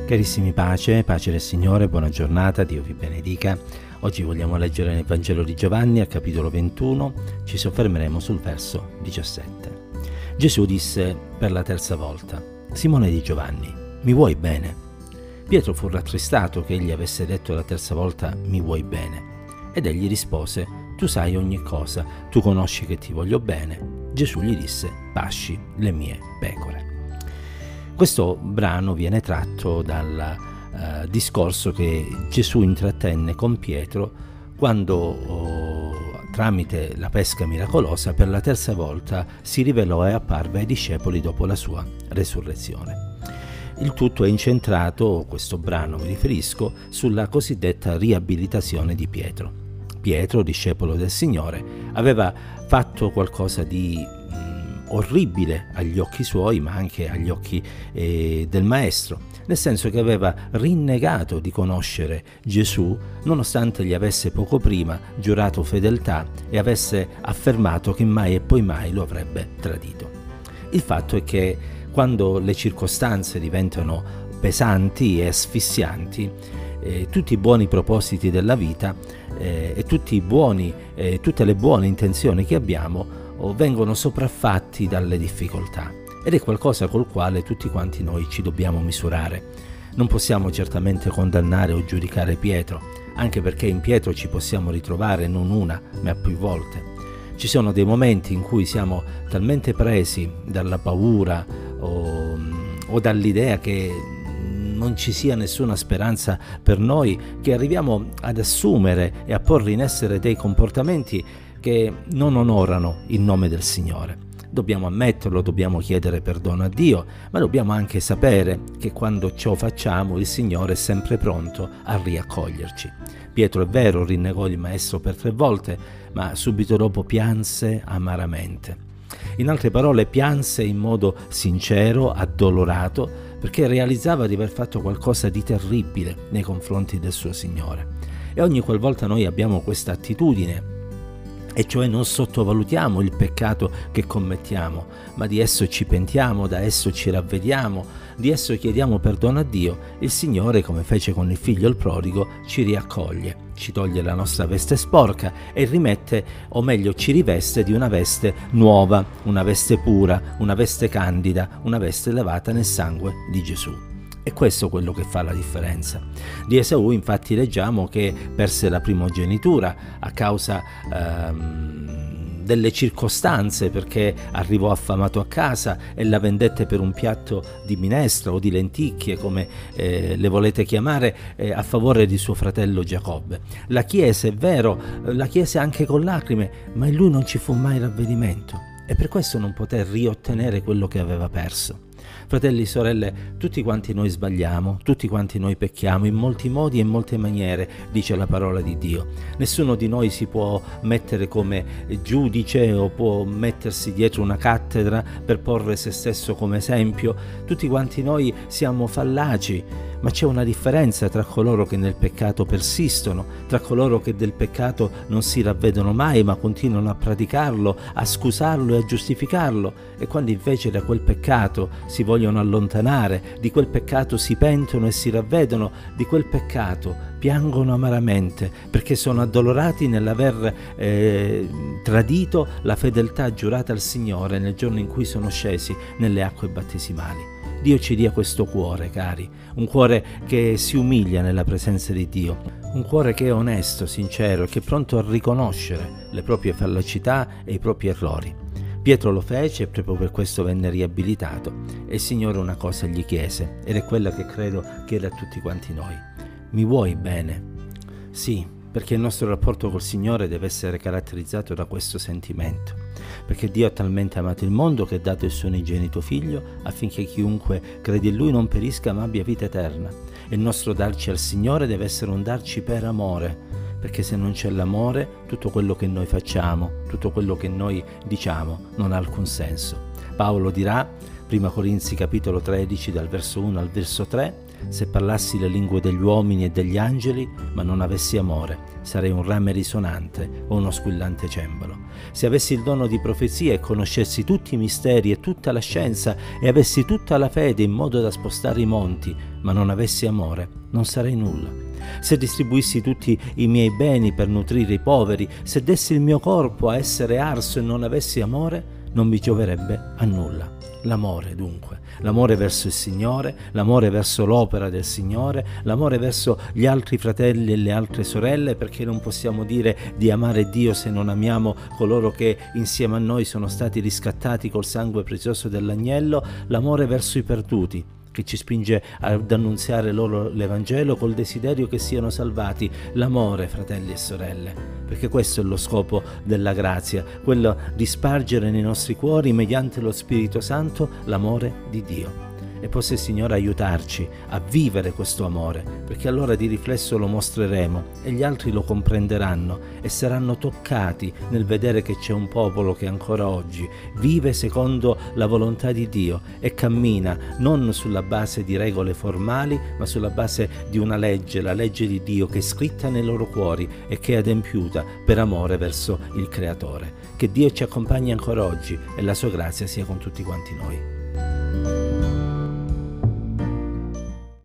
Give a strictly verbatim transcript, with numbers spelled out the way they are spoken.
Carissimi pace, pace del Signore, buona giornata, Dio vi benedica. Oggi vogliamo leggere nel Vangelo di Giovanni, al capitolo ventuno, ci soffermeremo sul verso diciassette. Gesù disse per la terza volta: Simone di Giovanni, mi vuoi bene? Pietro fu rattristato che egli avesse detto la terza volta mi vuoi bene. Ed egli rispose: tu sai ogni cosa, tu conosci che ti voglio bene. Gesù gli disse: pasci le mie pecore. Questo brano viene tratto dal uh, discorso che Gesù intrattenne con Pietro quando, oh, tramite la pesca miracolosa, per la terza volta si rivelò e apparve ai discepoli dopo la sua resurrezione. Il tutto è incentrato, questo brano mi riferisco, sulla cosiddetta riabilitazione di Pietro. Pietro, discepolo del Signore, aveva fatto qualcosa di orribile agli occhi suoi, ma anche agli occhi eh, del Maestro, nel senso che aveva rinnegato di conoscere Gesù, nonostante gli avesse poco prima giurato fedeltà e avesse affermato che mai e poi mai lo avrebbe tradito. Il fatto è che quando le circostanze diventano pesanti e asfissianti, eh, tutti i buoni propositi della vita eh, e tutti i buoni, eh, tutte le buone intenzioni che abbiamo o vengono sopraffatti dalle difficoltà, ed è qualcosa col quale tutti quanti noi ci dobbiamo misurare. Non possiamo certamente condannare o giudicare Pietro, anche perché in Pietro ci possiamo ritrovare non una, ma più volte. Ci sono dei momenti in cui siamo talmente presi dalla paura o, o dall'idea che non ci sia nessuna speranza per noi, che arriviamo ad assumere e a porre in essere dei comportamenti che non onorano il nome del Signore. Dobbiamo ammetterlo, dobbiamo chiedere perdono a Dio, ma dobbiamo anche sapere che quando ciò facciamo il Signore è sempre pronto a riaccoglierci. Pietro, è vero, rinnegò il Maestro per tre volte, ma subito dopo pianse amaramente. In altre parole, pianse in modo sincero, addolorato, perché realizzava di aver fatto qualcosa di terribile nei confronti del suo Signore. E ogni qualvolta noi abbiamo questa attitudine, e cioè non sottovalutiamo il peccato che commettiamo, ma di esso ci pentiamo, da esso ci ravvediamo, di esso chiediamo perdono a Dio, il Signore, come fece con il figlio il prodigo, ci riaccoglie, ci toglie la nostra veste sporca e rimette, o meglio ci riveste di una veste nuova, una veste pura, una veste candida, una veste lavata nel sangue di Gesù. E questo è quello che fa la differenza. Di Esaù infatti leggiamo che perse la primogenitura a causa ehm, delle circostanze, perché arrivò affamato a casa e la vendette per un piatto di minestra o di lenticchie, come eh, le volete chiamare, eh, a favore di suo fratello Giacobbe. La chiese, è vero, la chiese anche con lacrime, ma in lui non ci fu mai ravvedimento, e per questo non poté riottenere quello che aveva perso. Fratelli e sorelle, tutti quanti noi sbagliamo, tutti quanti noi pecchiamo in molti modi e in molte maniere, dice la parola di Dio. Nessuno di noi si può mettere come giudice o può mettersi dietro una cattedra per porre se stesso come esempio. Tutti quanti noi siamo fallaci, ma c'è una differenza tra coloro che nel peccato persistono, tra coloro che del peccato non si ravvedono mai ma continuano a praticarlo, a scusarlo e a giustificarlo, e quando invece da quel peccato si vogliono allontanare, di quel peccato si pentono e si ravvedono, di quel peccato piangono amaramente perché sono addolorati nell'aver eh, tradito la fedeltà giurata al Signore nel giorno in cui sono scesi nelle acque battesimali. Dio ci dia questo cuore, cari, un cuore che si umilia nella presenza di Dio, un cuore che è onesto, sincero e che è pronto a riconoscere le proprie fallacità e i propri errori. Pietro lo fece e proprio per questo venne riabilitato, e il Signore una cosa gli chiese, ed è quella che credo chiede a tutti quanti noi: mi vuoi bene? Sì, perché il nostro rapporto col Signore deve essere caratterizzato da questo sentimento, perché Dio ha talmente amato il mondo che ha dato il suo unigenito Figlio affinché chiunque crede in Lui non perisca ma abbia vita eterna. E il nostro darci al Signore deve essere un darci per amore, perché se non c'è l'amore, tutto quello che noi facciamo, tutto quello che noi diciamo non ha alcun senso. Paolo dirà, prima Corinzi capitolo tredici dal verso uno al verso tre, Se parlassi le lingue degli uomini e degli angeli, ma non avessi amore, sarei un rame risonante o uno squillante cembalo. Se avessi il dono di profezia e conoscessi tutti i misteri e tutta la scienza e avessi tutta la fede in modo da spostare i monti, ma non avessi amore, non sarei nulla. Se distribuissi tutti i miei beni per nutrire i poveri, se dessi il mio corpo a essere arso e non avessi amore, non mi gioverebbe a nulla. L'amore, dunque, l'amore verso il Signore, l'amore verso l'opera del Signore, l'amore verso gli altri fratelli e le altre sorelle, perché non possiamo dire di amare Dio se non amiamo coloro che insieme a noi sono stati riscattati col sangue prezioso dell'agnello, l'amore verso i perduti, che ci spinge ad annunziare loro l'Evangelo col desiderio che siano salvati, l'amore, fratelli e sorelle, perché questo è lo scopo della grazia, quello di spargere nei nostri cuori, mediante lo Spirito Santo, l'amore di Dio. E possa il Signore aiutarci a vivere questo amore, perché allora di riflesso lo mostreremo e gli altri lo comprenderanno e saranno toccati nel vedere che c'è un popolo che ancora oggi vive secondo la volontà di Dio e cammina non sulla base di regole formali, ma sulla base di una legge, la legge di Dio che è scritta nei loro cuori e che è adempiuta per amore verso il Creatore. Che Dio ci accompagni ancora oggi e la sua grazia sia con tutti quanti noi.